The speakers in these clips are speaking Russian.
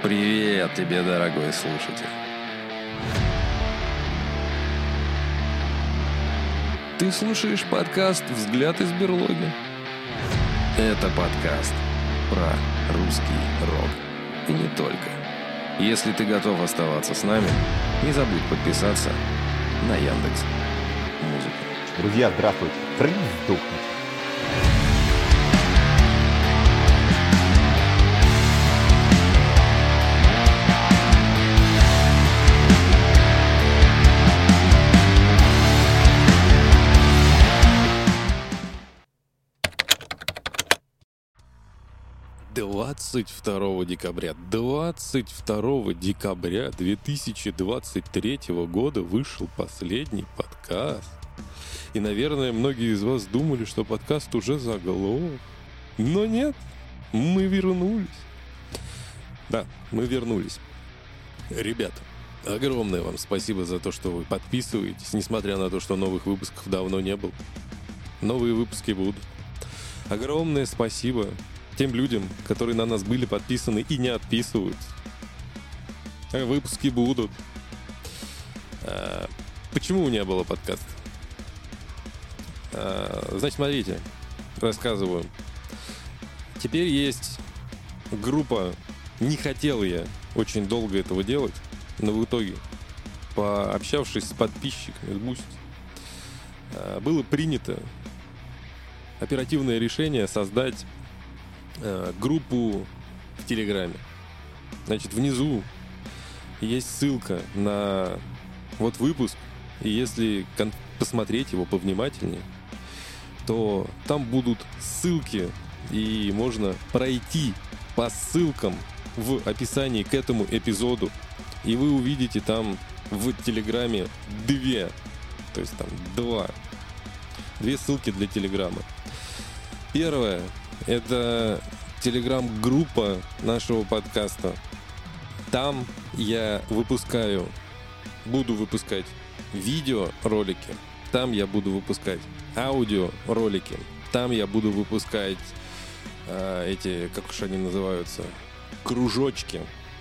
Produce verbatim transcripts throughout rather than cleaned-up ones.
Привет тебе, дорогой слушатель. Ты слушаешь подкаст «Взгляд из берлоги». Это подкаст про русский рок. И не только. Если ты готов оставаться с нами, не забудь подписаться на Яндекс.Музыку. Друзья, здравствуйте. Приздухнуть. двадцать второго декабря. двадцать второго декабря две тысячи двадцать третьего года вышел последний подкаст. И, наверное, многие из вас думали, что подкаст уже заглох. Но нет, мы вернулись. Да, мы вернулись. Ребята, огромное вам спасибо за то, что вы подписываетесь, несмотря на то, что новых выпусков давно не было. Новые выпуски будут. Огромное спасибо тем людям, которые на нас были подписаны и не отписываются. Выпуски будут. А, почему не было подкаста? А, значит, смотрите, рассказываю. Теперь есть группа. Не хотел я очень долго этого делать, но в итоге, пообщавшись с подписчиками с Boosty, а, было принято оперативное решение создать группу в Телеграме. Значит, внизу есть ссылка на вот выпуск, и если кон- посмотреть его повнимательнее, то там будут ссылки, и можно пройти по ссылкам в описании к этому эпизоду, и вы увидите там в Телеграме две, то есть там два, две ссылки для Телеграма. Первая — это телеграм-группа нашего подкаста. Там я выпускаю, буду выпускать видеоролики. Там я буду выпускать аудиоролики. Там я буду выпускать э, эти, как уж они называются, кружочки.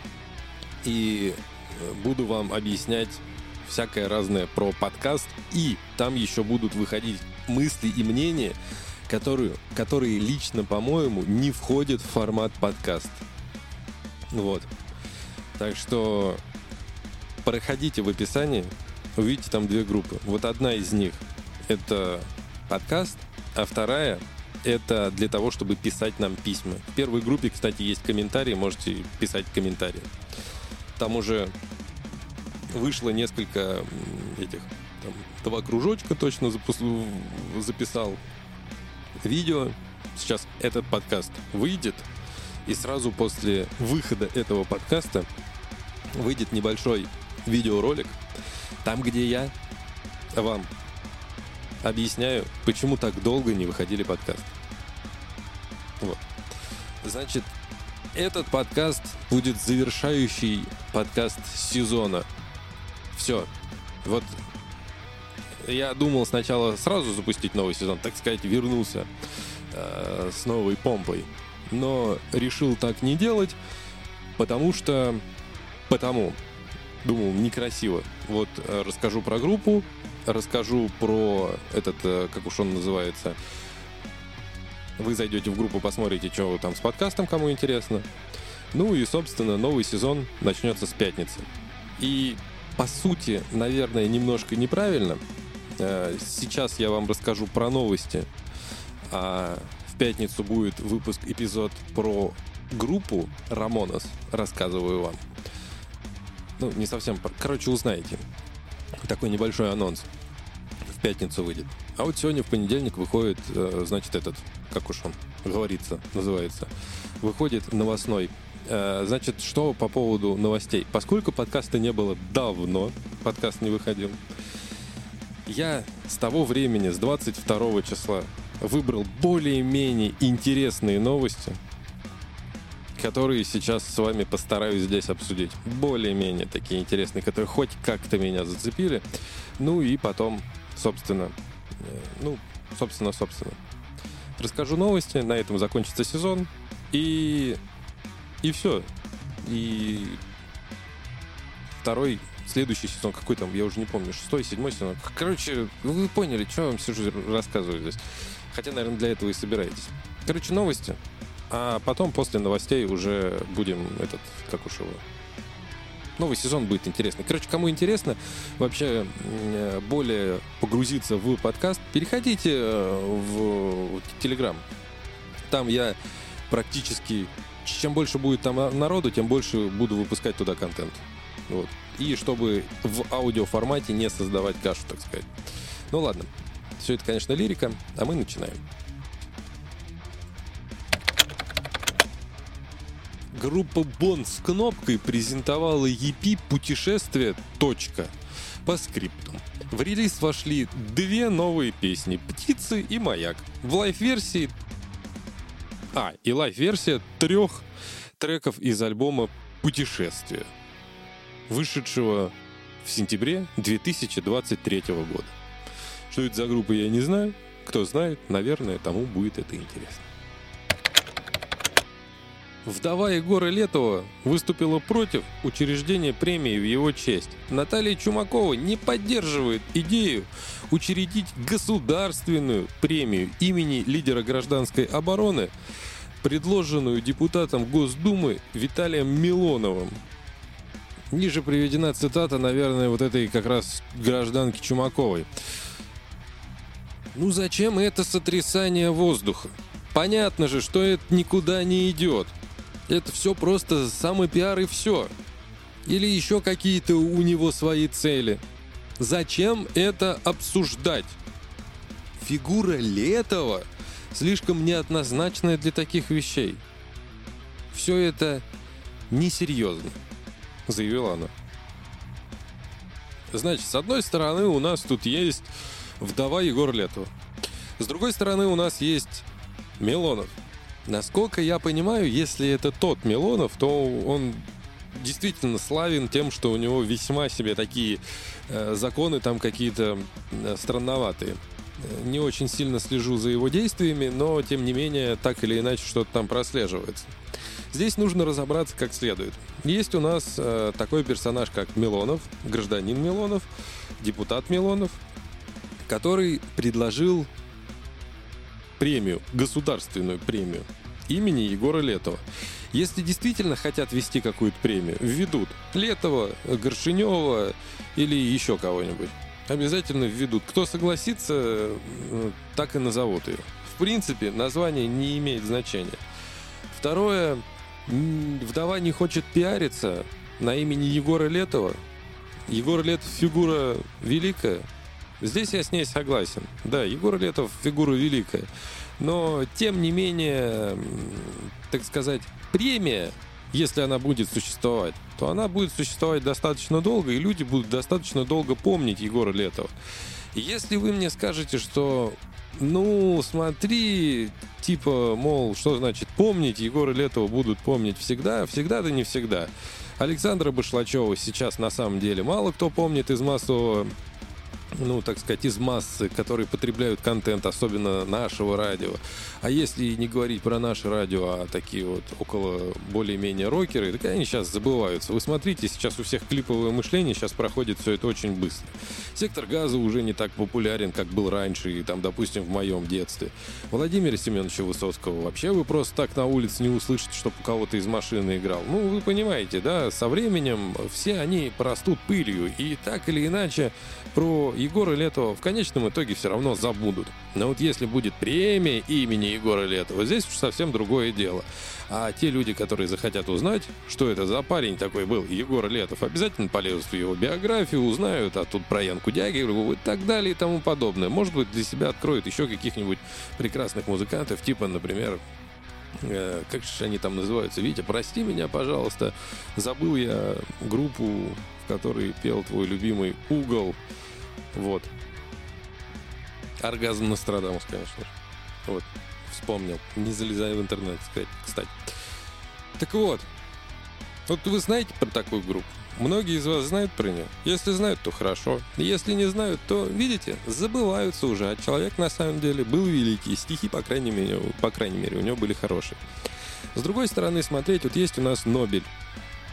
И буду вам объяснять всякое разное про подкаст. И там еще будут выходить мысли и мнения, Которые, которые лично, по-моему, не входят в формат подкаст. Вот. Так что проходите в описании, увидите там две группы. Вот одна из них — это подкаст, а вторая — это для того, чтобы писать нам письма. В первой группе, кстати, есть комментарии, можете писать комментарии. Там уже вышло несколько этих, там, два кружочка точно запу- записал. Видео. Сейчас этот подкаст выйдет, и сразу после выхода этого подкаста выйдет небольшой видеоролик, там, где я вам объясняю, почему так долго не выходили подкасты. Вот. Значит, этот подкаст будет завершающий подкаст сезона. Все. Вот. Я думал сначала сразу запустить новый сезон, так сказать, вернулся э, с новой помпой. Но решил так не делать, потому что... Потому. Думал, некрасиво. Вот э, расскажу про группу, расскажу про этот, э, как уж он называется. Вы зайдете в группу, посмотрите, что там с подкастом, кому интересно. Ну и, собственно, новый сезон начнется с пятницы. И, по сути, наверное, немножко неправильно. Сейчас я вам расскажу про новости, а в пятницу будет выпуск, эпизод про группу Рамонес, рассказываю вам. Ну, не совсем, короче, узнаете. Такой небольшой анонс. В пятницу выйдет. А вот сегодня в понедельник выходит, значит, этот, как уж он говорится, называется, выходит новостной. Значит, что по поводу новостей? Поскольку подкаста не было давно, подкаст не выходил, я с того времени, с двадцать второго числа, выбрал более-менее интересные новости, которые сейчас с вами постараюсь здесь обсудить. Более-менее такие интересные, которые хоть как-то меня зацепили. Ну и потом, собственно, ну, собственно, собственно. Расскажу новости, на этом закончится сезон. И, и все. И второй, следующий сезон, какой там, я уже не помню, шестой, седьмой сезон. Короче, вы поняли, что я вам сижу рассказываю здесь. Хотя, наверное, для этого и собираетесь. Короче, новости. А потом, после новостей, уже будем этот, как уж его... Новый сезон будет интересный. Короче, кому интересно вообще более погрузиться в подкаст, переходите в Телеграм. Там я практически... Чем больше будет там народу, тем больше буду выпускать туда контент. Вот. И чтобы в аудиоформате не создавать кашу, так сказать. Ну ладно. Все это, конечно, лирика, а мы начинаем. Группа Бон с кнопкой презентовала и пи «Путешествие. Точка». По скрипту. В релиз вошли две новые песни «Птицы» и «Маяк». В лайв-версии... А, и лайв-версия трех треков из альбома «Путешествие», вышедшего в сентябре две тысячи двадцать третьего года. Что это за группа, я не знаю. Кто знает, наверное, тому будет это интересно. Вдова Егора Летова выступила против учреждения премии в его честь. Наталья Чумакова не поддерживает идею учредить государственную премию имени лидера гражданской обороны, предложенную депутатом Госдумы Виталием Милоновым. Ниже приведена цитата, наверное, вот этой как раз гражданки Чумаковой. «Ну зачем это сотрясание воздуха? Понятно же, что это никуда не идет. Это все просто самый пиар и все. Или еще какие-то у него свои цели. Зачем это обсуждать? Фигура Летова слишком неоднозначная для таких вещей. Все это несерьезно», — заявила она. Значит, с одной стороны у нас тут есть вдова Егора Летова. С другой стороны у нас есть Милонов. Насколько я понимаю, если это тот Милонов, то он действительно славен тем, что у него весьма себе такие э, законы там какие-то э, странноватые. Не очень сильно слежу за его действиями, но тем не менее так или иначе что-то там прослеживается. Здесь нужно разобраться как следует. Есть у нас э, такой персонаж, как Милонов, гражданин Милонов, депутат Милонов, который предложил премию, государственную премию имени Егора Летова. Если действительно хотят ввести какую-то премию, введут Летова, Горшенева или еще кого-нибудь. Обязательно введут. Кто согласится, так и назовут ее. В принципе, название не имеет значения. Второе, вдова не хочет пиариться на имени Егора Летова. Егор Летов фигура великая. Здесь я с ней согласен. Да, Егор Летов фигура великая. Но, тем не менее, так сказать, премия, если она будет существовать, то она будет существовать достаточно долго, и люди будут достаточно долго помнить Егора Летова. И если вы мне скажете, что, ну, смотри, типа, мол, что значит помнить, Егора Летова будут помнить всегда, всегда да не всегда. Александра Башлачева сейчас на самом деле мало кто помнит из массового, ну, так сказать, из массы, которые потребляют контент, особенно нашего радио. А если не говорить про наше радио, а такие вот около более-менее рокеры, так они сейчас забываются. Вы смотрите, сейчас у всех клиповое мышление, сейчас проходит все это очень быстро. Сектор газа уже не так популярен, как был раньше, и там, допустим, в моем детстве. Владимира Семеновича Высоцкого вообще вы просто так на улице не услышите, чтобы у кого-то из машины играл. Ну, вы понимаете, да, со временем все они порастут пылью, и так или иначе про Егора Летова в конечном итоге все равно забудут. Но вот если будет премия имени Егора Летова, здесь уж совсем другое дело. А те люди, которые захотят узнать, что это за парень такой был, Егор Летов, обязательно полезут в его биографию, узнают, а тут про Янку Дягилеву и так далее и тому подобное. Может быть, для себя откроют еще каких-нибудь прекрасных музыкантов, типа, например, э, как же они там называются? Витя, прости меня, пожалуйста, забыл я группу, в которой пел твой любимый «Угол». Вот. «Оргазм Нострадамус», конечно же. Вот. Вспомнил. Не залезая в интернет, кстати. Так вот. Вот вы знаете про такую группу? Многие из вас знают про нее. Если знают, то хорошо. Если не знают, то, видите, забываются уже. А человек, на самом деле, был великий. Стихи, по крайней мере, по крайней мере, у него были хорошие. С другой стороны, смотреть, вот есть у нас Нобель.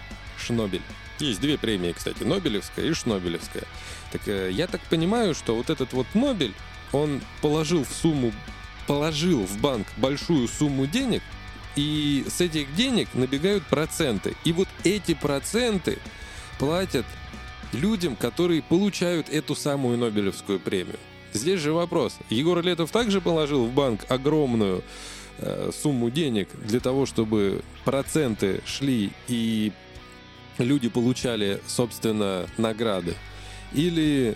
Шнобель. Есть две премии, кстати, Нобелевская и Шнобелевская. Так я так понимаю, что вот этот вот Нобель, он положил в сумму, положил в банк большую сумму денег, и с этих денег набегают проценты. И вот эти проценты платят людям, которые получают эту самую Нобелевскую премию. Здесь же вопрос. Егор Летов также положил в банк огромную э, сумму денег для того, чтобы проценты шли и люди получали, собственно, награды? Или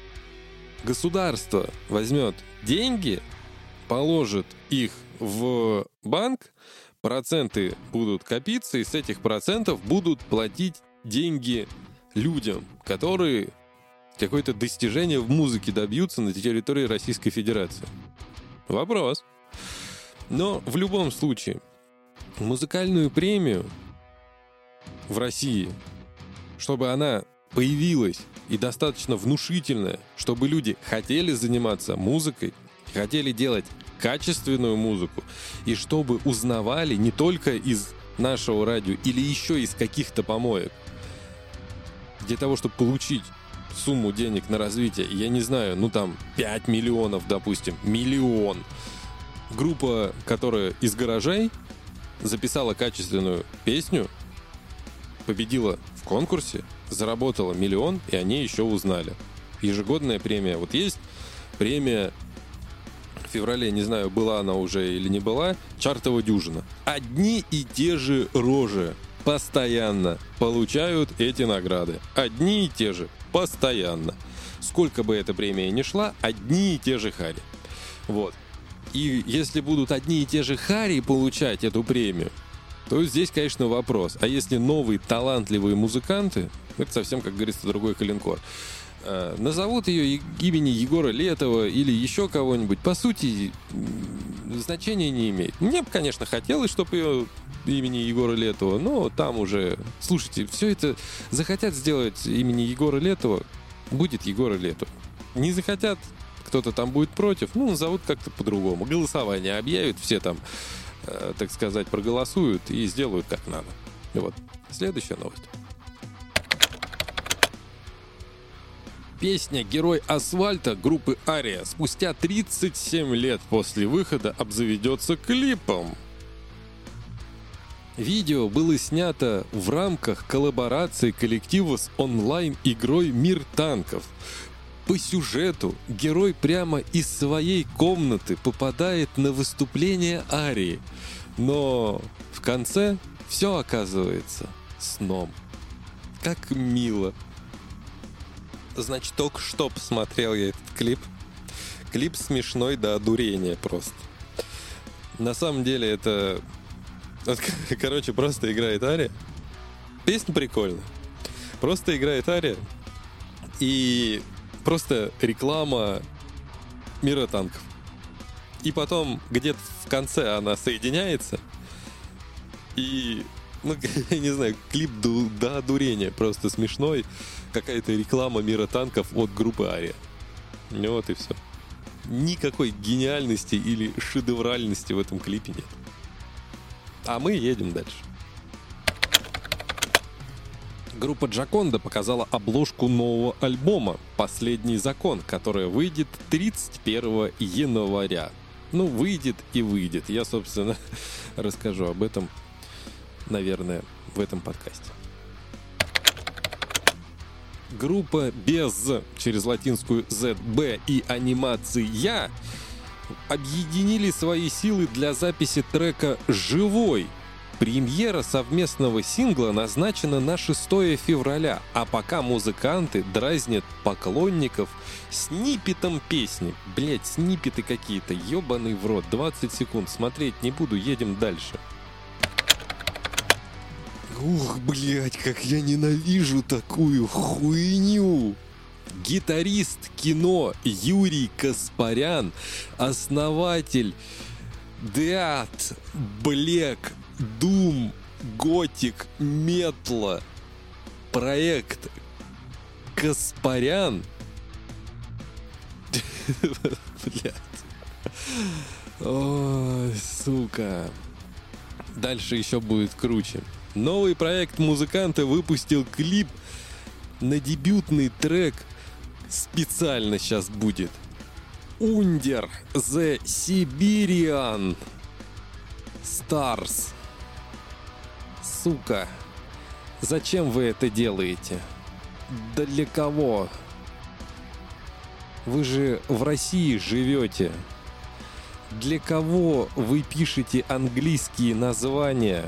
государство возьмет деньги, положит их в банк, проценты будут копиться, и с этих процентов будут платить деньги людям, которые какое-то достижение в музыке добьются на территории Российской Федерации? Вопрос. Но в любом случае, музыкальную премию в России, чтобы она появилась и достаточно внушительная, чтобы люди хотели заниматься музыкой, хотели делать качественную музыку, и чтобы узнавали не только из нашего радио или еще из каких-то помоек, для того, чтобы получить сумму денег на развитие, я не знаю, ну там пять миллионов, допустим, миллион. Группа, которая из гаражей записала качественную песню, победила в конкурсе, заработала миллион, и они еще узнали. Ежегодная премия. Вот есть премия в феврале, не знаю, была она уже или не была, «Чартова дюжина». Одни и те же рожи постоянно получают эти награды. Одни и те же. Постоянно. Сколько бы эта премия ни шла, одни и те же хари. Вот. И если будут одни и те же хари получать эту премию, то здесь, конечно, вопрос. А если новые талантливые музыканты, это совсем, как говорится, другой коленкор, э, назовут ее имени Егора Летова или еще кого-нибудь, по сути, значения не имеет. Мне бы, конечно, хотелось, чтобы ее имени Егора Летова, но там уже... Слушайте, все это захотят сделать имени Егора Летова, будет Егора Летова. Не захотят, кто-то там будет против, ну, назовут как-то по-другому. Голосование объявят, все там, э, так сказать, проголосуют и сделают как надо. Вот. Следующая новость. Песня «Герой асфальта» группы Ария спустя тридцать семь лет после выхода обзаведется клипом. Видео было снято в рамках коллаборации коллектива с онлайн-игрой «Мир танков». По сюжету герой прямо из своей комнаты попадает на выступление Арии, но в конце все оказывается сном. Как мило. Значит, только что посмотрел я этот клип. Клип смешной до одурения просто. На самом деле это... Вот, короче, просто играет Ария. Песня прикольная. Просто играет Ария. И просто реклама «Мира танков». И потом где-то в конце она соединяется. И, ну, я не знаю, клип до, до одурения. Просто смешной. Какая-то реклама «Мира танков» от группы Ария. Ну вот и все. Никакой гениальности или шедевральности в этом клипе нет. А мы едем дальше. Группа Джоконда показала обложку нового альбома «Последний закон», которая выйдет тридцать первого января. Ну, выйдет и выйдет. Я, собственно, расскажу об этом, наверное, в этом подкасте. Группа без через латинскую зет би и анимация объединили свои силы для записи трека «Живой». Премьера совместного сингла назначена на шестое февраля, а пока музыканты дразнят поклонников сниппетом песни. Блять, сниппеты какие-то, ебаный в рот, двадцать секунд, смотреть не буду, едем дальше. Ух, блять, как я ненавижу такую хуйню! Гитарист кино Юрий Каспарян, основатель Death, Black, Doom, Gothic, Метла, проект Каспарян. Блять. Ой, сука. Дальше еще будет круче. Новый проект музыканта выпустил клип на дебютный трек. Специально сейчас будет. Under the Siberian Stars. Сука, зачем вы это делаете? Да для кого? Вы же в России живете. Для кого вы пишете английские названия?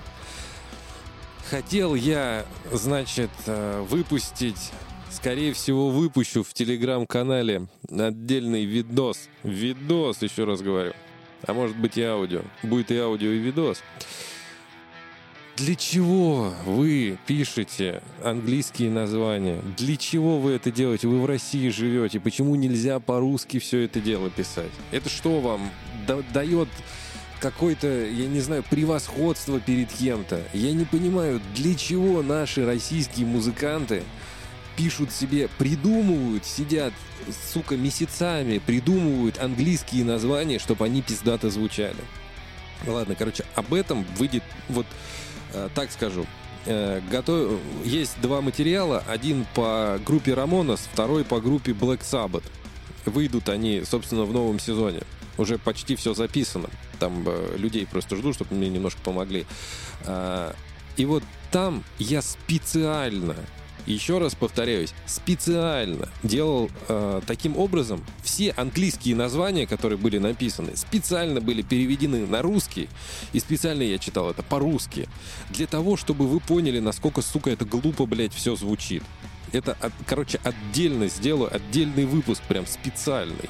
Хотел я, значит, выпустить, скорее всего, выпущу в телеграм-канале отдельный видос. Видос, еще раз говорю. А может быть и аудио. Будет и аудио, и видос. Для чего вы пишете английские названия? Для чего вы это делаете? Вы в России живете. Почему нельзя по-русски все это дело писать? Это что вам да- дает какое-то, я не знаю, превосходство перед кем-то? Я не понимаю, для чего наши российские музыканты пишут себе, придумывают, сидят, сука, месяцами, придумывают английские названия, чтобы они пиздато звучали. Ладно, короче, об этом выйдет вот... Так скажу, готов... есть два материала, один по группе Ramones, второй по группе Black Sabbath. Выйдут они, собственно, в новом сезоне. Уже почти все записано. Там людей просто жду, чтобы мне немножко помогли. И вот там я специально, еще раз повторяюсь, специально делал э, таким образом все английские названия, которые были написаны, специально были переведены на русский, и специально я читал это по-русски, для того, чтобы вы поняли, насколько, сука, это глупо, блядь, все звучит. Это, от, короче, отдельно сделаю, отдельный выпуск, прям специальный.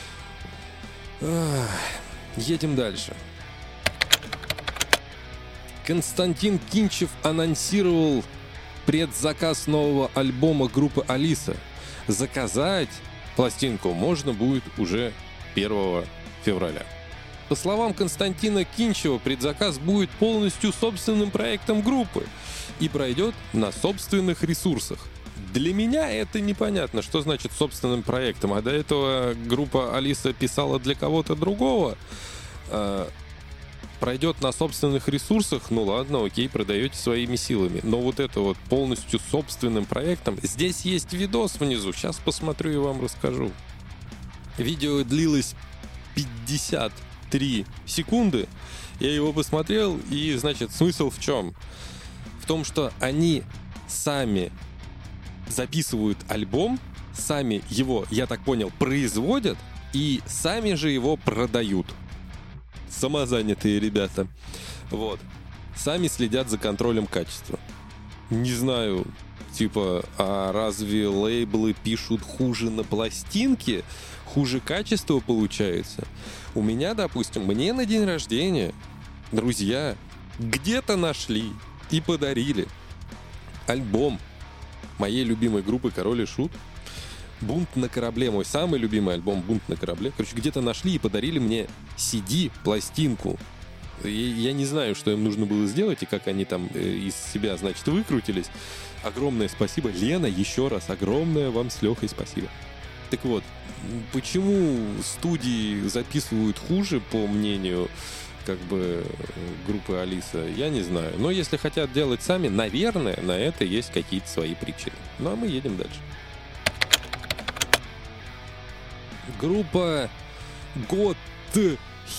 Ах, едем дальше. Константин Кинчев анонсировал предзаказ нового альбома группы Алиса. Заказать пластинку можно будет уже первого февраля. По словам Константина Кинчева, предзаказ будет полностью собственным проектом группы и пройдет на собственных ресурсах. Для меня это непонятно, что значит собственным проектом. А до этого группа Алиса писала для кого-то другого. Пройдет на собственных ресурсах, ну ладно, окей, продаете своими силами. Но вот это вот полностью собственным проектом. Здесь есть видос внизу, сейчас посмотрю и вам расскажу. Видео длилось пятьдесят три секунды. Я его посмотрел, и, значит, смысл в чем? В том, что они сами записывают альбом, сами его, я так понял, производят, и сами же его продают. Самозанятые ребята. Вот. Сами следят за контролем качества. Не знаю, типа, а разве лейблы пишут хуже на пластинке? Хуже качество получается? У меня, допустим, мне на день рождения друзья где-то нашли и подарили альбом моей любимой группы «Король и Шут». «Бунт на корабле», мой самый любимый альбом «Бунт на корабле». Короче, где-то нашли и подарили мне си ди, пластинку. И я не знаю, что им нужно было сделать и как они там из себя, значит, выкрутились. Огромное спасибо. Лена, еще раз огромное вам с Лехой спасибо. Так вот, почему студии записывают хуже, по мнению как бы группы Алиса, я не знаю. Но если хотят делать сами, наверное, на это есть какие-то свои причины. Ну а мы едем дальше. Группа Готхик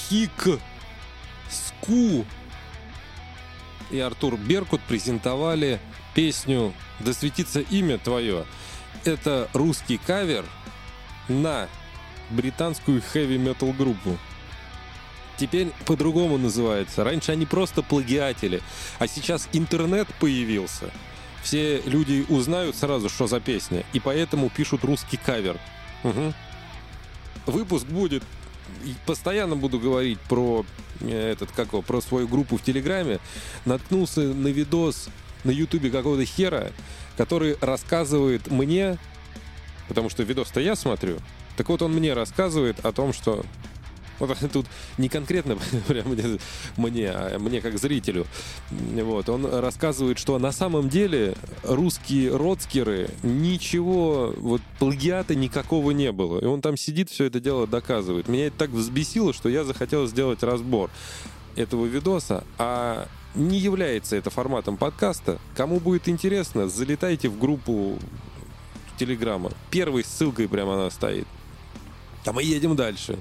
Ску и Артур Беркут презентовали песню «Да светится имя твое». Это русский кавер на британскую хэви-метал группу. Теперь по-другому называется. Раньше они просто плагиатели, а сейчас интернет появился. Все люди узнают сразу, что за песня, и поэтому пишут русский кавер. Угу. Выпуск будет, постоянно буду говорить про этот, как его, про свою группу в Телеграме. Наткнулся на видос на Ютубе какого-то хера, который рассказывает мне, потому что видос-то я смотрю, так вот он мне рассказывает о том, что вот тут не конкретно прям мне, мне, а мне как зрителю. Вот, он рассказывает, что на самом деле русские роцкеры ничего, вот плагиата никакого не было. И он там сидит, все это дело доказывает. Меня это так взбесило, что я захотел сделать разбор. этого видоса, а не является это форматом подкаста. Кому будет интересно, залетайте в группу Телеграма. Первой ссылкой прямо она стоит. А мы едем дальше.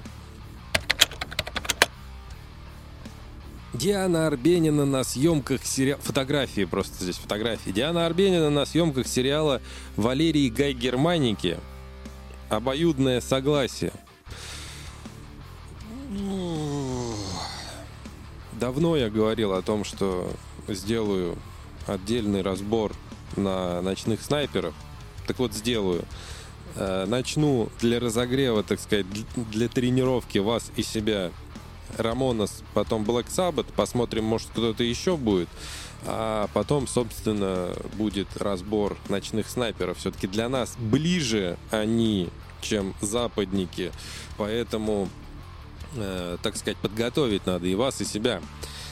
Диана Арбенина на съемках сериала... Фотографии просто здесь, фотографии. Диана Арбенина на съемках сериала «Валерий Гай Германики». Обоюдное согласие. Давно я говорил о том, что сделаю отдельный разбор на «Ночных снайперов». Так вот, сделаю. Начну для разогрева, так сказать, для тренировки вас и себя Рамонес, потом Black Sabbath, посмотрим, может, кто-то еще будет, а потом, собственно, будет разбор «Ночных снайперов». Все-таки для нас ближе они, чем западники, поэтому, э, так сказать, подготовить надо и вас, и себя.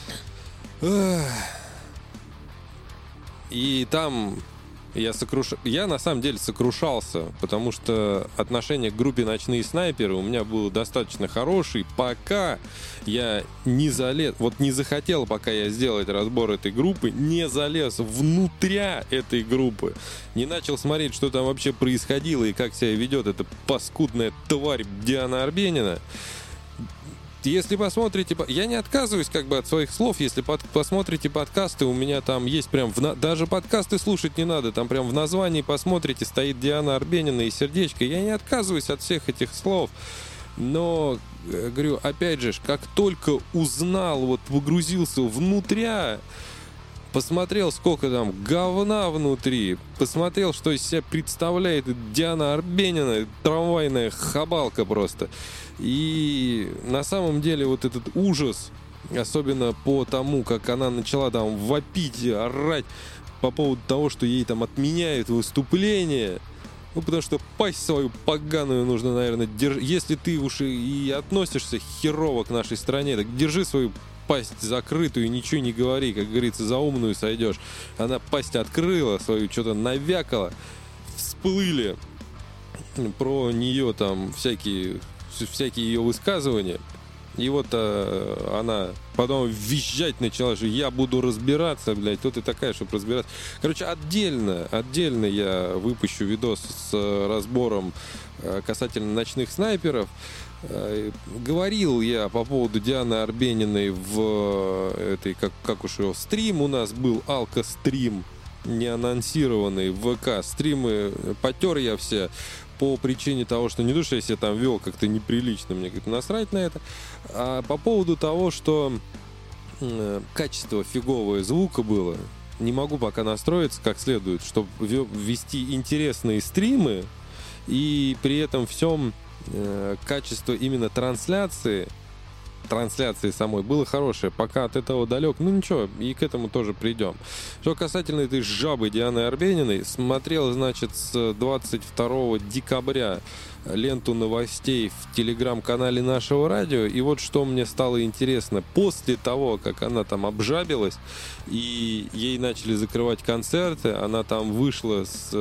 И там я сокруш... я на самом деле сокрушался, потому что отношение к группе «Ночные снайперы» у меня было достаточно хорошее, пока я не залез, вот не захотел, пока я сделать разбор этой группы, не залез внутря этой группы, не начал смотреть, что там вообще происходило и как себя ведет эта паскудная тварь Диана Арбенина. Если посмотрите, я не отказываюсь как бы от своих слов, если под, посмотрите подкасты, у меня там есть прям, в, даже подкасты слушать не надо, там прям в названии посмотрите, стоит Диана Арбенина и сердечко, я не отказываюсь от всех этих слов, но, говорю, опять же, как только узнал, вот погрузился внутря, посмотрел, сколько там говна внутри, посмотрел, что из себя представляет Диана Арбенина, трамвайная хабалка просто. И на самом деле вот этот ужас, особенно по тому, как она начала там вопить, орать по поводу того, что ей там отменяют выступление, ну потому что пасть свою поганую нужно, наверное, держать. Если ты уж и относишься херово к нашей стране, так держи свою пасть закрытую и ничего не говори, как говорится, за умную сойдешь. Она пасть открыла свою, что-то навякала, всплыли про нее там всякие... всякие ее высказывания. И вот а, она потом визжать начала, что я буду разбираться, блядь, кто ты такая, чтобы разбираться. Короче, отдельно, отдельно я выпущу видос с разбором а, касательно «Ночных снайперов». А, говорил я по поводу Дианы Арбениной в этой, как, как уж его, стрим у нас был, алко-стрим, не анонсированный в ВК. Стримы потер я все по причине того, что не то, что я себя там вел как-то неприлично, мне говорит, насрать на это, а по поводу того, что э, качество фиговое звука было, не могу пока настроиться как следует, чтобы вести интересные стримы, и при этом всем э, качество именно трансляции, трансляции самой было хорошее, пока от этого далек, ну ничего, и к этому тоже придем. Что касательно этой жабы Дианы Арбениной, смотрел, значит, с двадцать второго декабря ленту новостей в телеграм-канале нашего радио, и вот что мне стало интересно, после того, как она там обжабилась, и ей начали закрывать концерты, она там вышла с,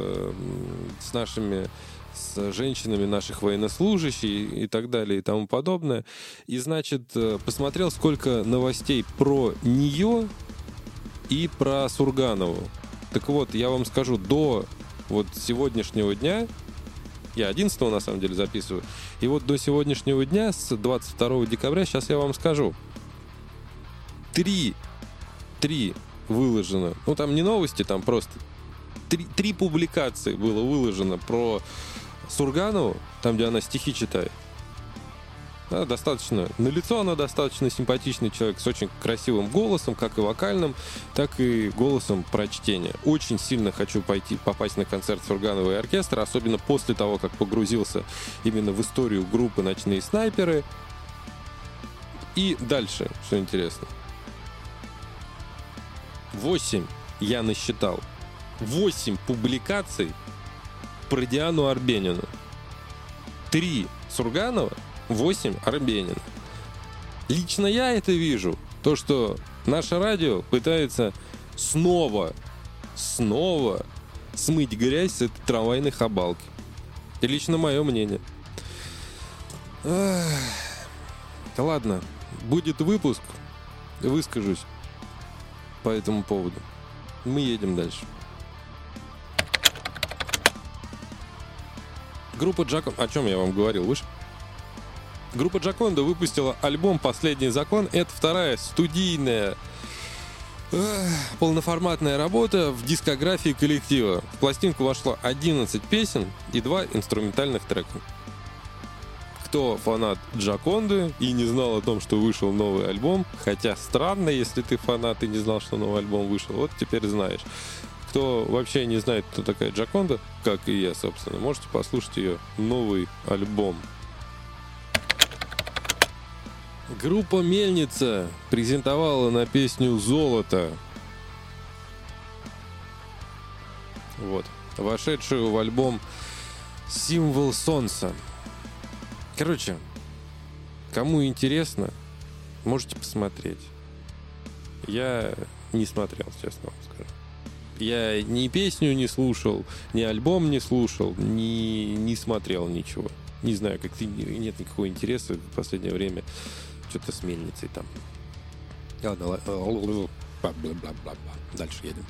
с нашими с женщинами наших военнослужащих и так далее и тому подобное. И, значит, посмотрел, сколько новостей про нее и про Сурганову. Так вот, я вам скажу, до вот сегодняшнего дня, я одиннадцатого на самом деле записываю, и вот до сегодняшнего дня, с двадцать второго декабря, сейчас я вам скажу, три, три выложено, ну там не новости, там просто три, три публикации было выложено про Сурганову, там, где она стихи читает. Она достаточно, на лицо она достаточно симпатичный человек с очень красивым голосом, как и вокальным, так и голосом прочтения. Очень сильно хочу пойти, попасть на концерт Сурганова и оркестра, особенно после того, как погрузился именно в историю группы «Ночные снайперы». И дальше, что интересно. Восемь я насчитал. Восемь публикаций про Диану Арбенину. Три Сурганова, восемь Арбенина. Лично я это вижу. То, что наше радио пытается снова, снова смыть грязь с этой трамвайной хабалки. Это лично мое мнение. Ах. Да ладно, будет выпуск. выскажусь по этому поводу. Мы едем дальше. Группа Джаконда... О чем я вам говорил выше? Группа Джаконда выпустила альбом «Последний закон». Это вторая студийная эх, полноформатная работа в дискографии коллектива. В пластинку вошло одиннадцать песен и два инструментальных трека. Кто фанат Джаконды и не знал о том, что вышел новый альбом, хотя странно, если ты фанат и не знал, что новый альбом вышел, вот теперь знаешь. Кто вообще не знает, кто такая Джаконда, как и я, собственно, можете послушать ее новый альбом. Группа «Мельница» презентовала на песню «Золото». Вот. Вошедшую в альбом «Символ солнца». Короче, кому интересно, можете посмотреть. Я не смотрел, честно вам скажу. Я ни песню не слушал, ни альбом не слушал, ни не смотрел ничего. Не знаю, как нет никакого интереса в последнее время. Что-то с мельницей там. Ладно, дальше едем.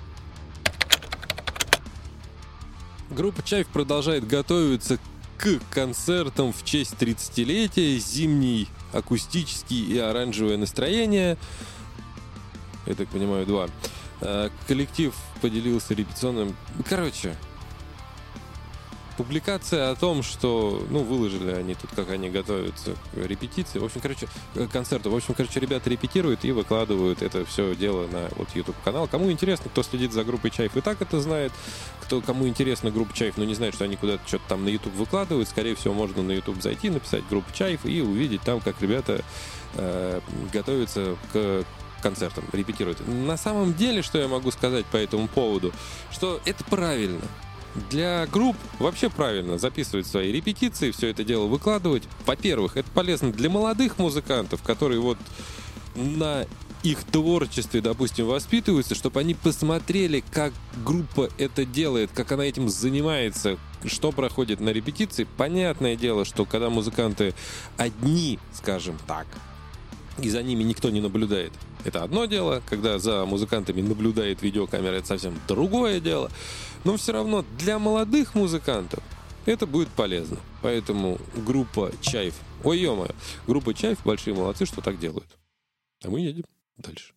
Группа «Чайф» продолжает готовиться к концертам в честь тридцатилетия. Зимний, акустический и оранжевое настроение. Я так понимаю, два. Коллектив поделился репетиционным... Короче, публикация о том, что... Ну, выложили они тут, как они готовятся к репетиции. В общем, короче, к концерту. В общем, короче, ребята репетируют и выкладывают это все дело на вот YouTube-канал. Кому интересно, кто следит за группой «Чайф», и так это знает. Кто, кому интересна группа «Чайф», но не знает, что они куда-то что-то там на YouTube выкладывают, скорее всего, можно на YouTube зайти, написать группа «Чайф» и увидеть там, как ребята э, готовятся к концертам, репетируют. На самом деле, что я могу сказать по этому поводу, что это правильно. Для групп вообще правильно записывать свои репетиции, все это дело выкладывать. Во-первых, это полезно для молодых музыкантов, которые вот на их творчестве, допустим, воспитываются, чтобы они посмотрели, как группа это делает, как она этим занимается, что проходит на репетиции. Понятное дело, что когда музыканты одни, скажем так, и за ними никто не наблюдает, это одно дело. Когда за музыкантами наблюдает видеокамера, это совсем другое дело. Но все равно для молодых музыкантов это будет полезно. Поэтому группа «Чайф», ой, ё-моё, группа «Чайф» большие молодцы, что так делают. А мы едем дальше.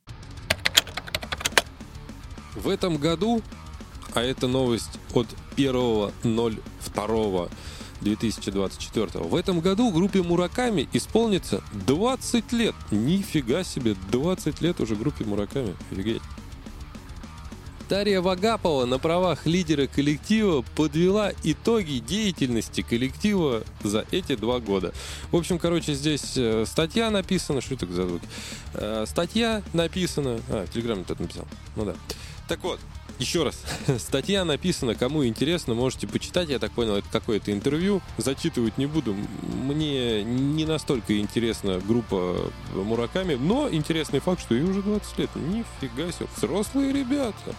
В этом году, а это новость от первого ноль второго две тысячи двадцать четвёртого, в этом году группе Мураками исполнится двадцать лет. Нифига себе, двадцать лет уже группе Мураками. Офигеть. Дарья Вагапова на правах лидера коллектива подвела итоги деятельности коллектива за эти два года. В общем, короче, здесь э, статья написана. Что это за звуки? Э, статья написана. А, в Телеграме кто-то написал. Ну да. Так вот, еще раз. Статья написана. Кому интересно, можете почитать. Я так понял, это какое-то интервью. Зачитывать не буду. Мне не настолько интересна группа Мураками, но интересный факт, что ей уже двадцать лет. Нифига себе. Взрослые ребята.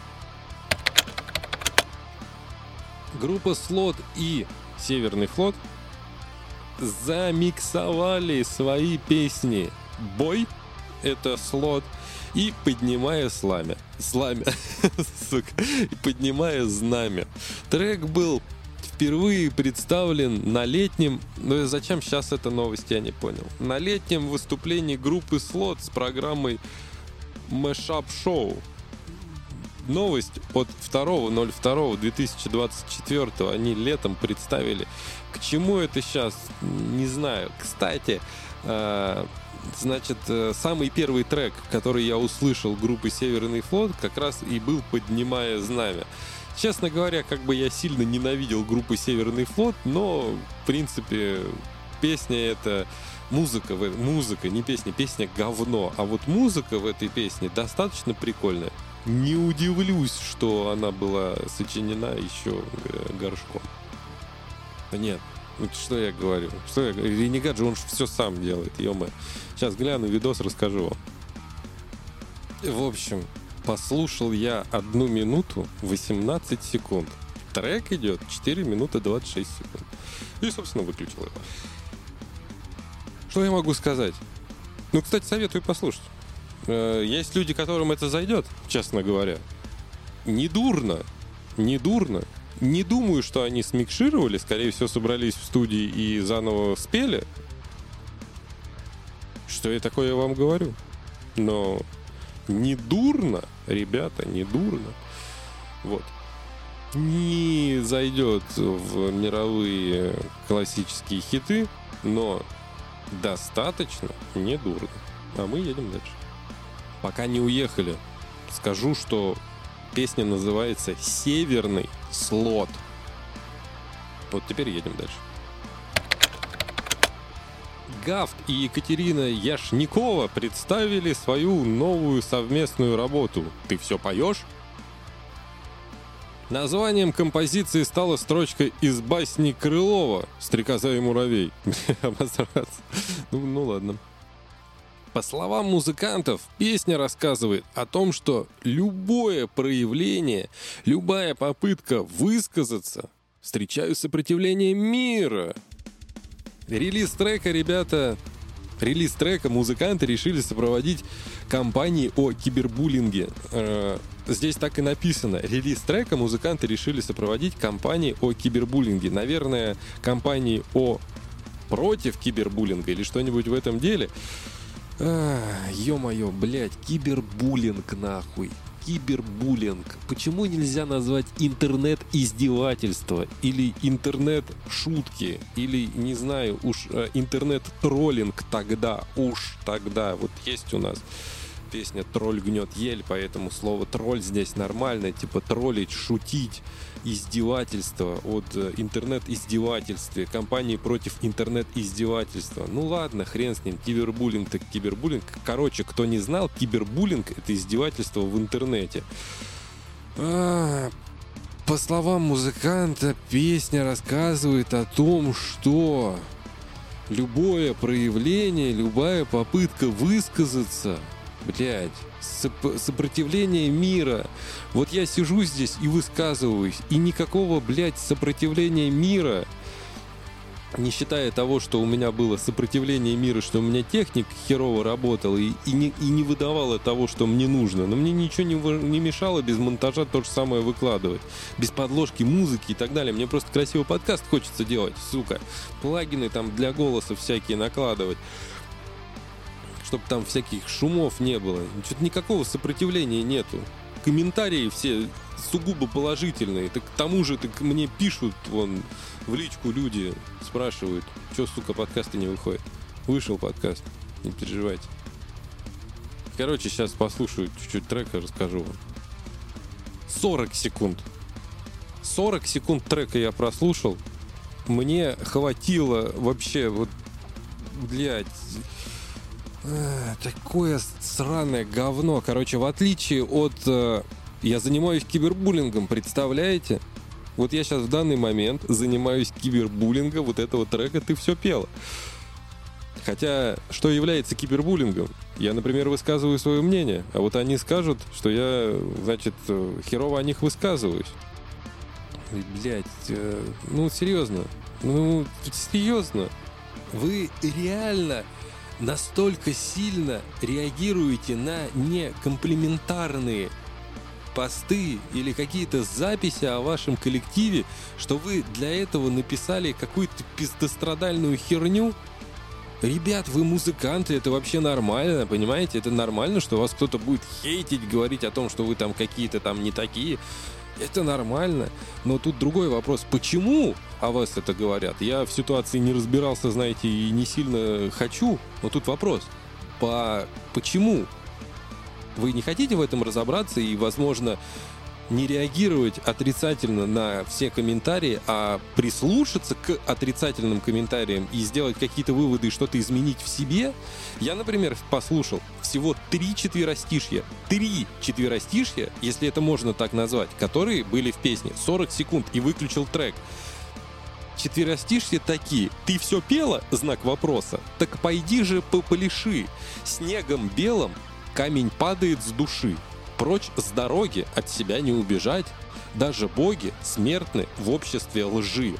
Группа «Слот» и «Северный флот» замиксовали свои песни «Бой» — это «Слот», и «Поднимая сламя». Сламя. Сука. «Поднимая знамя». Трек был впервые представлен на летнем... Ну зачем сейчас эта новость, я не понял. На летнем выступлении группы «Слот» с программой «Мэшап Шоу». Новость от второго ноль второго две тысячи двадцать четвёртого они летом представили. К чему это сейчас? Не знаю. Кстати, э, значит, э, самый первый трек, который я услышал группы «Северный флот», как раз и был «Поднимая знамя». Честно говоря, как бы я сильно ненавидел группу «Северный флот», но, в принципе, песня эта... Музыка, музыка, не песня, песня говно. А вот музыка в этой песне достаточно прикольная. Не удивлюсь, что она была сочинена еще Горшком. Да нет, ну что я говорю? Что я говорю? Ренегат же он все сам делает, ё-моё. Сейчас гляну видос, расскажу вам. В общем, послушал я одну минуту восемнадцать секунд. Трек идет четыре минуты двадцать шесть секунд. И, собственно, выключил его. Что я могу сказать? Ну, кстати, советую послушать. Э, есть люди, которым это зайдет, честно говоря. Недурно. Недурно. Не думаю, что они смикшировали. Скорее всего, собрались в студии и заново спели. Что я такое вам говорю. Но не дурно, ребята, не дурно. Вот. Не зайдет в мировые классические хиты, но достаточно не дурно. А мы едем дальше. Пока не уехали, скажу, что песня называется «Северный слот». Вот теперь едем дальше. Гафт и Екатерина Яшникова представили свою новую совместную работу «Ты все поешь?». Названием композиции стала строчка из басни Крылова «Стрекоза и муравей». Обосраться. Ну, ну ладно. По словам музыкантов, песня рассказывает о том, что любое проявление, любая попытка высказаться встречают сопротивление мира. Релиз трека, ребята, релиз трека музыканты решили сопроводить кампанией о кибербуллинге. Здесь так и написано. Релиз трека музыканты решили сопроводить кампанией о кибербуллинге. Наверное, кампанией о против кибербуллинга или что-нибудь в этом деле. А, ё-моё, блядь, кибербуллинг нахуй. Кибербуллинг. Почему нельзя назвать интернет-издевательство или интернет-шутки или, не знаю, уж интернет-троллинг тогда, уж тогда. Вот есть у нас песня «Тролль гнет ель», поэтому слово «тролль» здесь нормально, типа троллить, шутить, издевательство от интернет-издевательства, компании против интернет-издевательства. Ну ладно, хрен с ним, кибербуллинг так кибербуллинг. Короче, кто не знал, кибербуллинг — это издевательство в интернете. А, по словам музыканта, песня рассказывает о том, что любое проявление, любая попытка высказаться, блядь, соп- сопротивление мира. Вот я сижу здесь и высказываюсь, и никакого, блядь, сопротивления мира, не считая того, что у меня было сопротивление мира, что у меня техник херово работал и, и, не, и не выдавало того, что мне нужно. Но мне ничего не, вы, не мешало без монтажа то же самое выкладывать. Без подложки музыки и так далее. Мне просто красивый подкаст хочется делать, сука. Плагины там для голоса всякие накладывать, чтобы там всяких шумов не было. Что-то никакого сопротивления нету. Комментарии все сугубо положительные. Так к тому же так мне пишут вон в личку люди, спрашивают, что, сука, подкасты не выходят. Вышел подкаст, не переживайте. Короче, сейчас послушаю чуть-чуть трека, расскажу вам. сорок секунд. сорок секунд трека я прослушал. Мне хватило вообще вот, блядь, а, такое сраное говно. Короче, в отличие от... А, я занимаюсь кибербуллингом, представляете? Вот я сейчас в данный момент занимаюсь кибербуллингом вот этого трека «Ты все пела». Хотя, что является кибербуллингом? Я, например, высказываю свое мнение, а вот они скажут, что я, значит, херово о них высказываюсь. И, блядь, э, ну, серьезно. Ну, серьезно. Вы реально настолько сильно реагируете на некомплиментарные посты или какие-то записи о вашем коллективе, что вы для этого написали какую-то пиздострадальную херню? Ребят, вы музыканты, это вообще нормально, понимаете? Это нормально, что вас кто-то будет хейтить, говорить о том, что вы там какие-то там не такие. Это нормально. Но тут другой вопрос. Почему о вас это говорят? Я в ситуации не разбирался, знаете, и не сильно хочу. Но тут вопрос. По... Почему? Вы не хотите в этом разобраться и, возможно, не реагировать отрицательно на все комментарии, а прислушаться к отрицательным комментариям и сделать какие-то выводы и что-то изменить в себе? Я, например, послушал всего три четверостишья. Три четверостишья, если это можно так назвать, которые были в песне. сорок секунд, и выключил трек. Четверостишья такие. Ты все пела? Знак вопроса. Так пойди же попляши. Снегом белым камень падает с души. Прочь с дороги, от себя не убежать. Даже боги смертны в обществе лжи.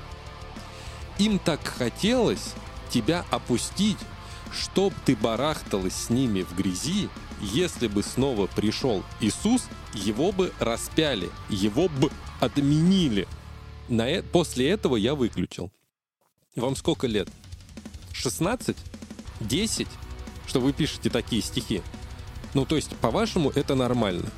Им так хотелось тебя опустить, чтоб ты барахталась с ними в грязи, если бы снова пришел Иисус, его бы распяли, его бы отменили. На э... После этого я выключил. Вам сколько лет? шестнадцать? десять? Что вы пишете такие стихи? Ну, то есть, по-вашему, это нормально.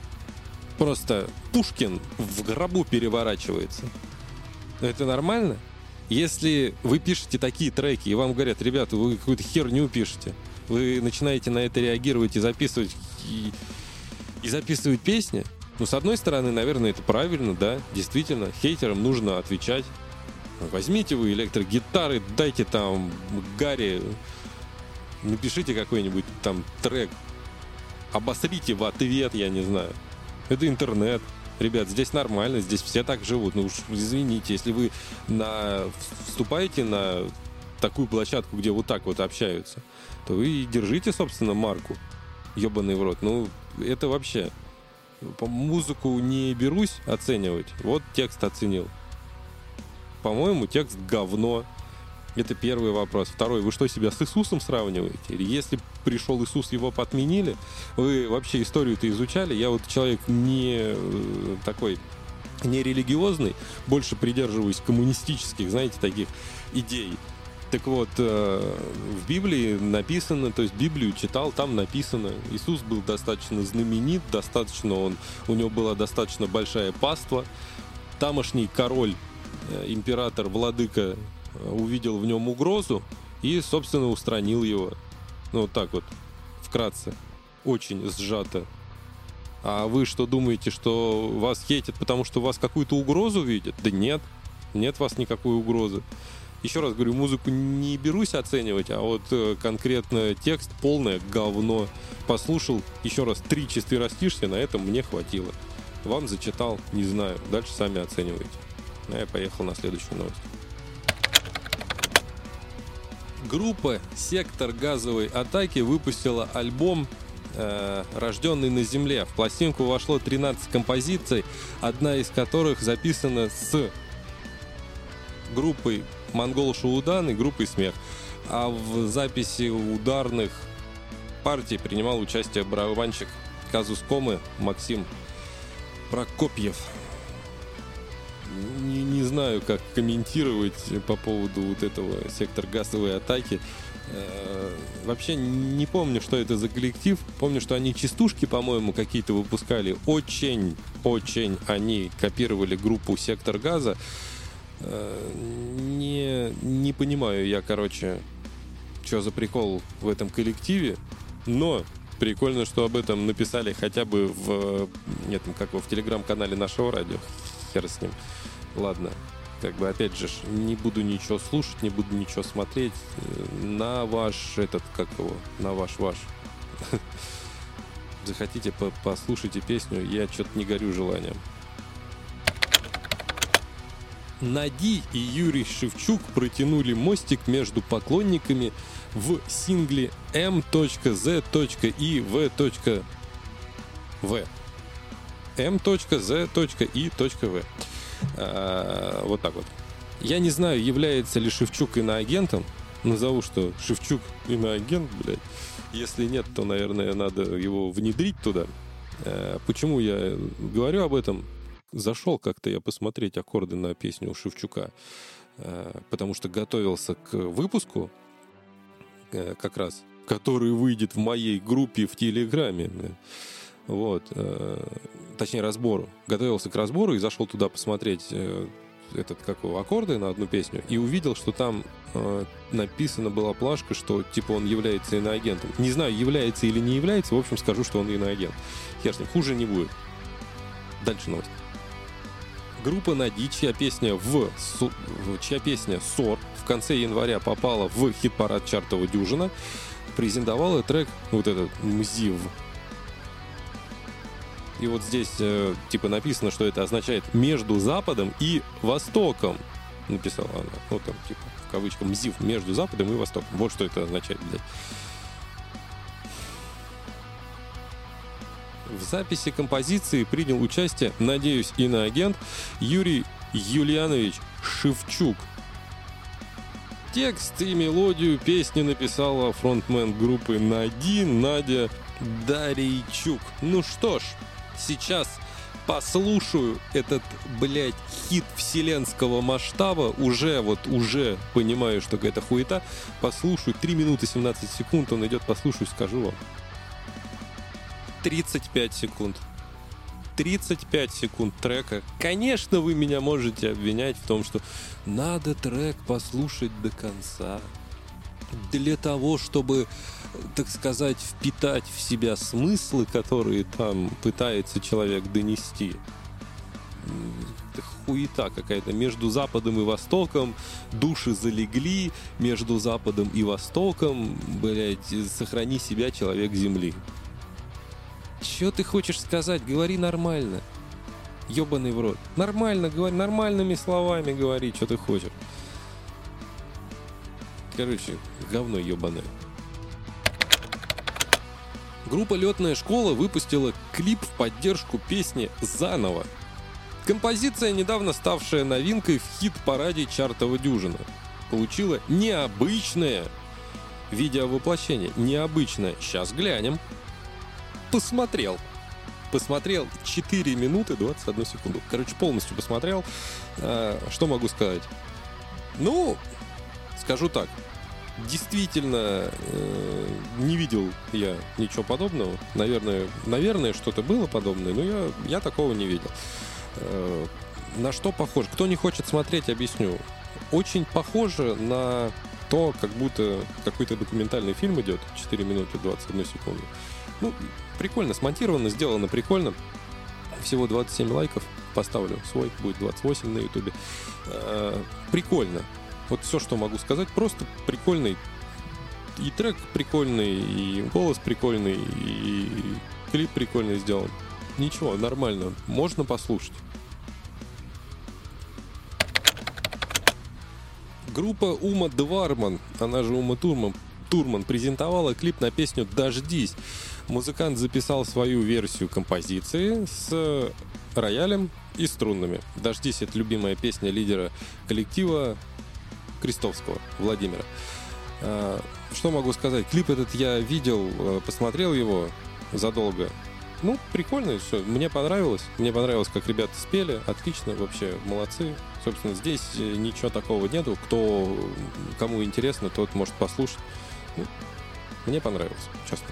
Просто Пушкин в гробу переворачивается. Это нормально? Если вы пишете такие треки, и вам говорят: ребята, вы какую-то херню пишете, вы начинаете на это реагировать и записывать, и, и записывать песни, ну, с одной стороны, наверное, это правильно, да, действительно, хейтерам нужно отвечать. Возьмите вы электрогитары, дайте там Гарри, напишите какой-нибудь там трек, обосрите в ответ, я не знаю. Это интернет. Ребят, здесь нормально, здесь все так живут. Ну уж извините, если вы на... вступаете на такую площадку, где вот так вот общаются, то вы держите, собственно, марку. Ёбаный в рот. Ну, это вообще... По музыку не берусь оценивать. Вот текст оценил. По-моему, текст говно. Это первый вопрос. Второй, вы что, себя с Иисусом сравниваете? Или если пришел Иисус, его подменили? Вы вообще историю-то изучали? Я вот человек не такой, не религиозный, больше придерживаюсь коммунистических, знаете, таких идей. Так вот, в Библии написано, то есть Библию читал, там написано, Иисус был достаточно знаменит, достаточно он, у него была достаточно большая паства. Тамошний король, император, владыка увидел в нем угрозу и, собственно, устранил его. Ну, вот так вот, вкратце, очень сжато. А вы что думаете, что вас хейтят, потому что вас какую-то угрозу видят? Да нет, нет у вас никакой угрозы. Еще раз говорю, музыку не берусь оценивать, а вот э, конкретно текст полное говно. Послушал еще раз три четверостишья, на этом мне хватило. Вам зачитал, не знаю, дальше сами оцениваете. А я поехал на следующую новость. Группа «Сектор газовой атаки» выпустила альбом э, «Рожденный на земле». В пластинку вошло тринадцать композиций, одна из которых записана с группой «Монгол Шуудан» и группой «Смех». А в записи ударных партий принимал участие барабанщик Казус Комы Максим Прокопьев. Не, не знаю, как комментировать по поводу вот этого «Сектор газовой атаки». Э, вообще не помню, что это за коллектив. Помню, что они частушки, по-моему, какие-то выпускали. Очень, очень они копировали группу «Сектор газа». Э, не, не понимаю я, короче, что за прикол в этом коллективе. Но прикольно, что об этом написали хотя бы в, нет, как его, в телеграм-канале нашего радио. Хер с ним. Ладно, как бы опять же, не буду ничего слушать, не буду ничего смотреть. На ваш этот, как его, на ваш ваш. Захотите, послушайте песню, я что-то не горю желанием. Нади и Юрий Шевчук протянули мостик между поклонниками в сингле эм зет и ви ви. эм зет и ви. А, вот так вот. Я не знаю, является ли Шевчук иноагентом. Назову, что Шевчук иноагент, блядь. Если нет, то, наверное, надо его внедрить туда. А, почему я говорю об этом? Зашел как-то я посмотреть аккорды на песню у Шевчука, а, потому что готовился к выпуску, а, как раз, который выйдет в моей группе в Телеграме. Вот, э, точнее, разбору. Готовился к разбору и зашел туда посмотреть э, этот, как его, аккорды на одну песню и увидел, что там э, написана была плашка, что типа он является иноагентом. Не знаю, является или не является, в общем, скажу, что он иноагент. Хер с ним, хуже не будет. Дальше новость. Группа Нади, чья песня в, чья песня «Ссор» в конце января попала в хит-парад чартового дюжина, презентовала трек вот этот «Мзив». И вот здесь э, типа написано, что это означает «между Западом и Востоком». Написала она. Вот там типа в кавычках «мзив» между Западом и Востоком. Вот что это означает, блядь. В записи композиции принял участие, надеюсь, иноагент Юрий Юлианович Шевчук. Текст и мелодию песни написала фронтмен группы Нади Надя Дарийчук. Ну что ж, сейчас послушаю этот, блядь, хит вселенского масштаба. Уже, вот, уже понимаю, что какая-то хуета. Послушаю. три минуты семнадцать секунд он идет. Послушаю, скажу вам. тридцать пять секунд. тридцать пять секунд трека. Конечно, вы меня можете обвинять в том, что надо трек послушать до конца. Для того, чтобы, так сказать, впитать в себя смыслы, которые там пытается человек донести. Это хуета какая-то. Между Западом и Востоком души залегли. Между Западом и Востоком, блядь, сохрани себя, человек Земли. Чё ты хочешь сказать? Говори нормально. Ёбаный в рот. Нормально говори, нормальными словами говори, что ты хочешь. Короче, говно ёбаное. Группа «Лётная школа» выпустила клип в поддержку песни «Заново». Композиция, недавно ставшая новинкой в хит-параде чартового дюжина, получила необычное видеовоплощение. Необычное. Сейчас глянем. Посмотрел. Посмотрел четыре минуты двадцать одну секунду. Короче, полностью посмотрел. А, что могу сказать? Ну, скажу так. Действительно, э, не видел я ничего подобного. Наверное, наверное, что-то было подобное, но я, я такого не видел. Э, на что похоже? Кто не хочет смотреть, объясню. Очень похоже на то, как будто какой-то документальный фильм идет. четыре минуты двадцать одну секунду. Ну, прикольно смонтировано, сделано прикольно. Всего двадцать семь лайков. Поставлю свой, будет двадцать восемь на ютубе. Э, прикольно. Вот все, что могу сказать. Просто прикольный. И трек прикольный, и голос прикольный, и клип прикольно сделан. Ничего, нормально. Можно послушать. Группа Ума Дварман, она же Ума Турман, Турман, презентовала клип на песню «Дождись». Музыкант записал свою версию композиции с роялем и струнными. «Дождись» — это любимая песня лидера коллектива Крестовского, Владимира. Что могу сказать? Клип этот я видел, посмотрел его задолго. Ну, прикольно, все. Мне понравилось. Мне понравилось, как ребята спели. Отлично, вообще, молодцы. Собственно, здесь ничего такого нету. Кто, кому интересно, тот может послушать. Ну, мне понравилось, честно.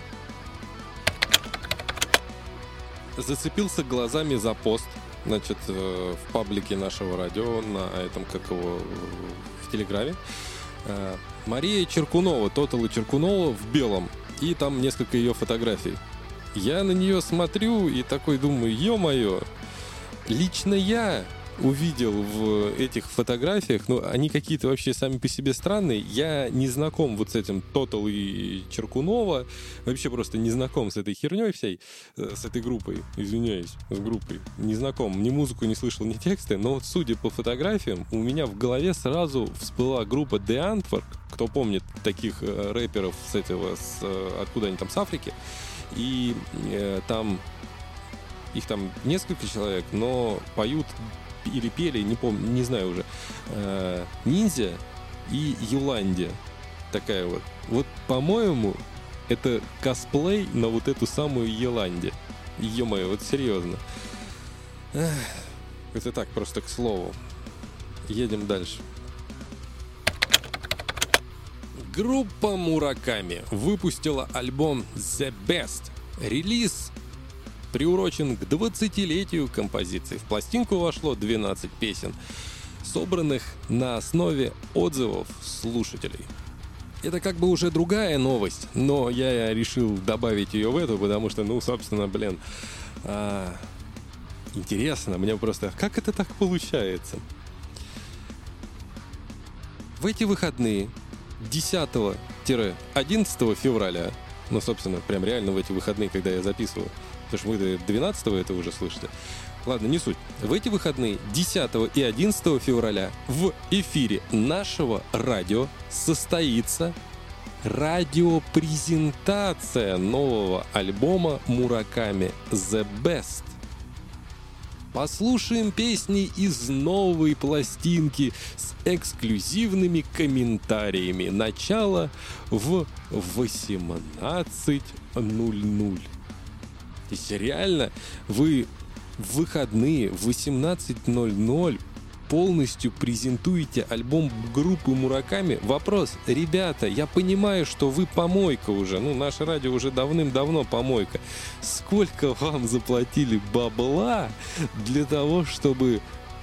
Зацепился глазами за пост, значит, в паблике нашего радио, на этом, как его, в Телеграме. Мария Черкунова, Тотала Черкунова в белом. И там несколько ее фотографий. Я на нее смотрю и такой думаю, ё-моё, лично я увидел в этих фотографиях, ну, они какие-то вообще сами по себе странные. Я не знаком вот с этим Тотал и Черкунова, вообще просто не знаком с этой херней всей, с этой группой, извиняюсь, с группой, не знаком, ни музыку не слышал, ни тексты, но вот судя по фотографиям, у меня в голове сразу всплыла группа The Antwerp, кто помнит таких рэперов с этого, с, откуда они там, с Африки, и э, там их там несколько человек, но поют или пели, не помню, не знаю уже, э, Ниндзя и Юландия. Такая вот. Вот, по-моему, это косплей на вот эту самую Юландию. Ё-моё, вот серьезно. Эх, это так, просто к слову. Едем дальше. Группа Мураками выпустила альбом The Best. Релиз приурочен к двадцатилетию композиции. В пластинку вошло двенадцать песен, собранных на основе отзывов слушателей. Это как бы уже другая новость, но я решил добавить ее в эту, потому что, ну, собственно, блин, а, интересно, мне просто, как это так получается? В эти выходные десятого-одиннадцатого февраля, ну, собственно, прям реально в эти выходные, когда я записываю, потому что вы двенадцатого это уже слышите. Ладно, не суть. В эти выходные десятого и одиннадцатого февраля в эфире нашего радио состоится радиопрезентация нового альбома Мураками The Best. Послушаем песни из новой пластинки с эксклюзивными комментариями. Начало в восемнадцать ноль ноль. То есть реально вы в выходные в восемнадцать ноль ноль полностью презентуете альбом группы Мураками. Вопрос, ребята, я понимаю, что вы помойка уже, ну, наше радио уже давным-давно помойка. Сколько вам заплатили бабла для того, чтобы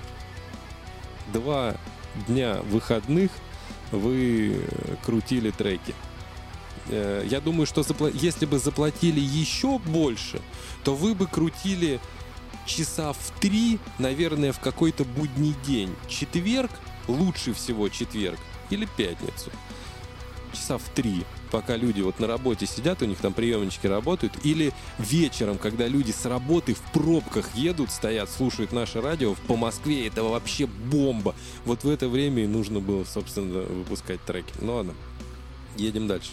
два дня выходных вы крутили треки? Я думаю, что запла- если бы заплатили еще больше, то вы бы крутили часа в три, наверное, в какой-то будний день. Четверг, лучше всего четверг, или пятницу. Часа в три, пока люди вот на работе сидят, у них там приемнички работают. Или вечером, когда люди с работы в пробках едут, стоят, слушают наше радио. По Москве это вообще бомба. Вот в это время и нужно было, собственно, выпускать треки. Ну ладно, едем дальше.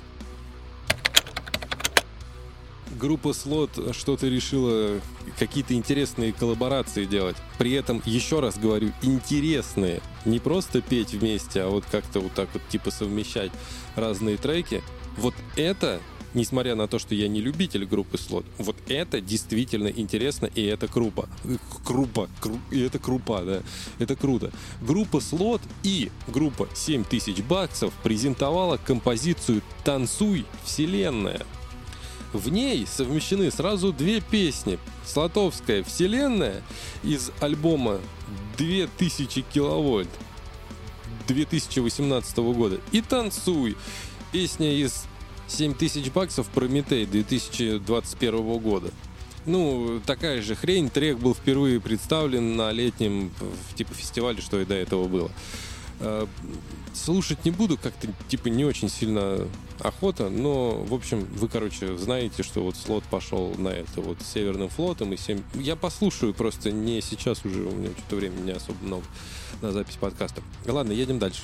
Группа Slot что-то решила какие-то интересные коллаборации делать. При этом, еще раз говорю, интересные. Не просто петь вместе, а вот как-то вот так вот типа совмещать разные треки. Вот это, несмотря на то, что я не любитель группы Slot, вот это действительно интересно, и это крупа. Крупа. Кру, и это крупа, да. Это круто. Группа Slot и группа семь тысяч баксов презентовала композицию «Танцуй, Вселенная». В ней совмещены сразу две песни. Слотовская «Вселенная» из альбома две тысячи киловольт две тысячи восемнадцатого года и «Танцуй», песня из семь тысяч баксов «Прометей» две тысячи двадцать первого года. Ну, такая же хрень. Трек был впервые представлен на летнем типа фестивале, что и до этого было. Слушать не буду, как-то типа не очень сильно охота, но, в общем, вы, короче, знаете, что вот Slot пошел на это вот с Северным флотом и семь... Я послушаю, просто не сейчас уже, у меня что-то времени не особо много на запись подкаста. Ладно, едем дальше.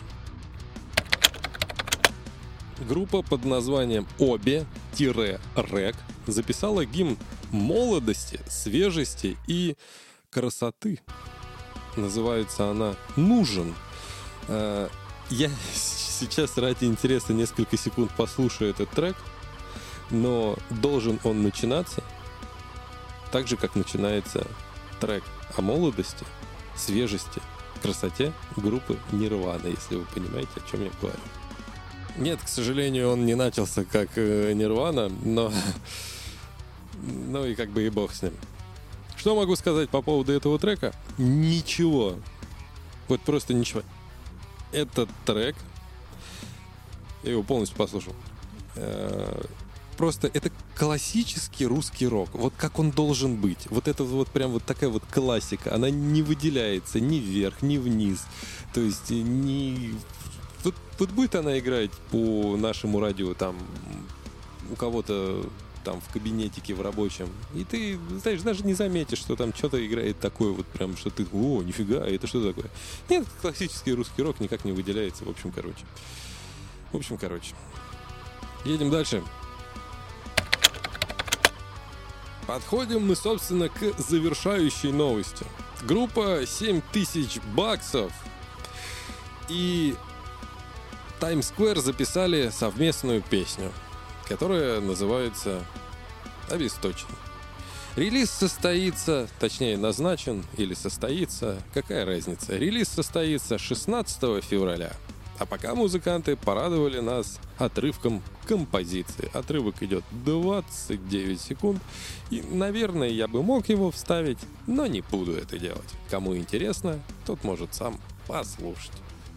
Группа под названием Обе-Рек записала гимн молодости, свежести и красоты. Называется она «Нужен». Я сейчас ради интереса несколько секунд послушаю этот трек, но должен он начинаться так же, как начинается трек о молодости, свежести, красоте группы Nirvana, если вы понимаете, о чем я говорю. Нет, к сожалению, он не начался как Nirvana, но... ну и как бы и бог с ним. Что могу сказать по поводу этого трека? Ничего. Вот просто ничего. Этот трек, я его полностью послушал, просто это классический русский рок, вот как он должен быть. Вот это вот прям вот такая вот классика, она не выделяется ни вверх, ни вниз. То есть не... Вот, вот будет она играть по нашему радио там у кого-то там в кабинетике в рабочем, и ты, знаешь, даже не заметишь, что там что-то играет такое вот прям, что ты, о, нифига, это что такое? Нет, классический русский рок никак не выделяется, в общем, короче. В общем, короче. Едем дальше. Подходим мы, собственно, к завершающей новости. Группа семь тысяч баксов и Times Square записали совместную песню, которая называется «Обесточен». Релиз состоится, точнее назначен или состоится, какая разница? Релиз состоится шестнадцатого февраля. А пока музыканты порадовали нас отрывком композиции. Отрывок идет двадцать девять секунд. И, наверное, я бы мог его вставить, но не буду это делать. Кому интересно, тот может сам послушать.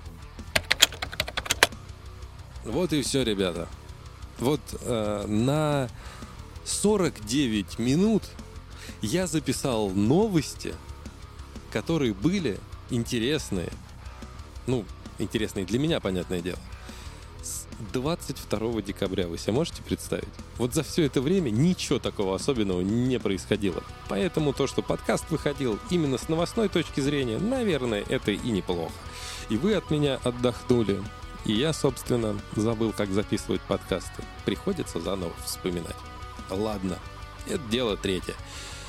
Вот и все, ребята. Вот э, на сорок девять минут я записал новости, которые были интересные. Ну, интересные для меня, понятное дело. С двадцать второго декабря, вы себе можете представить? Вот за все это время ничего такого особенного не происходило. Поэтому то, что подкаст выходил именно с новостной точки зрения, наверное, это и неплохо. И вы от меня отдохнули. И я, собственно, забыл, как записывать подкасты. Приходится заново вспоминать. Ладно, это дело третье.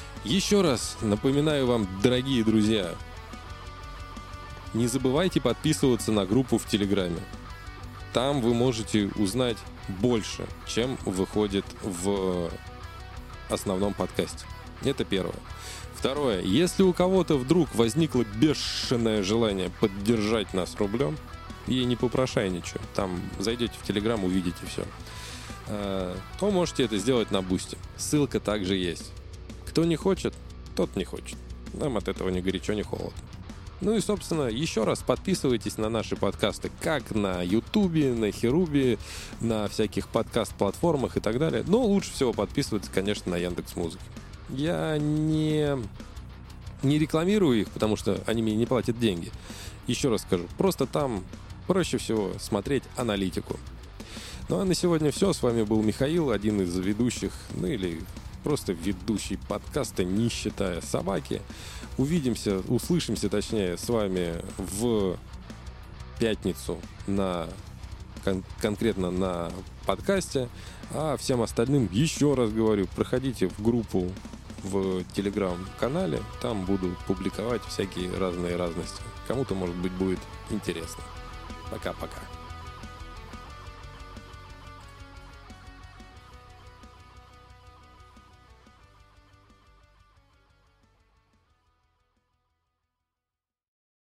Еще раз напоминаю вам, дорогие друзья, не забывайте подписываться на группу в Телеграме. Там вы можете узнать больше, чем выходит в основном подкасте. Это первое. Второе. Если у кого-то вдруг возникло бешеное желание поддержать нас рублем, и не попрошайничаю, там зайдете в Телеграм, увидите все, то можете это сделать на Бусти. Ссылка также есть. Кто не хочет, тот не хочет. Нам от этого ни горячо, ни холодно. Ну и, собственно, еще раз подписывайтесь на наши подкасты как на Ютубе, на Херубе, на всяких подкаст-платформах и так далее. Но лучше всего подписываться, конечно, на Яндекс.Музыке. Я не, не рекламирую их, потому что они мне не платят деньги. Еще раз скажу, просто там проще всего смотреть аналитику. Ну а на сегодня все. С вами был Михаил, один из ведущих, ну или просто ведущий подкаста, не считая собаки. Увидимся, услышимся, точнее, с вами в пятницу на кон- конкретно на подкасте. А всем остальным еще раз говорю, проходите в группу в Телеграм-канале. Там буду публиковать всякие разные разности. Кому-то, может быть, будет интересно. Пока-пока.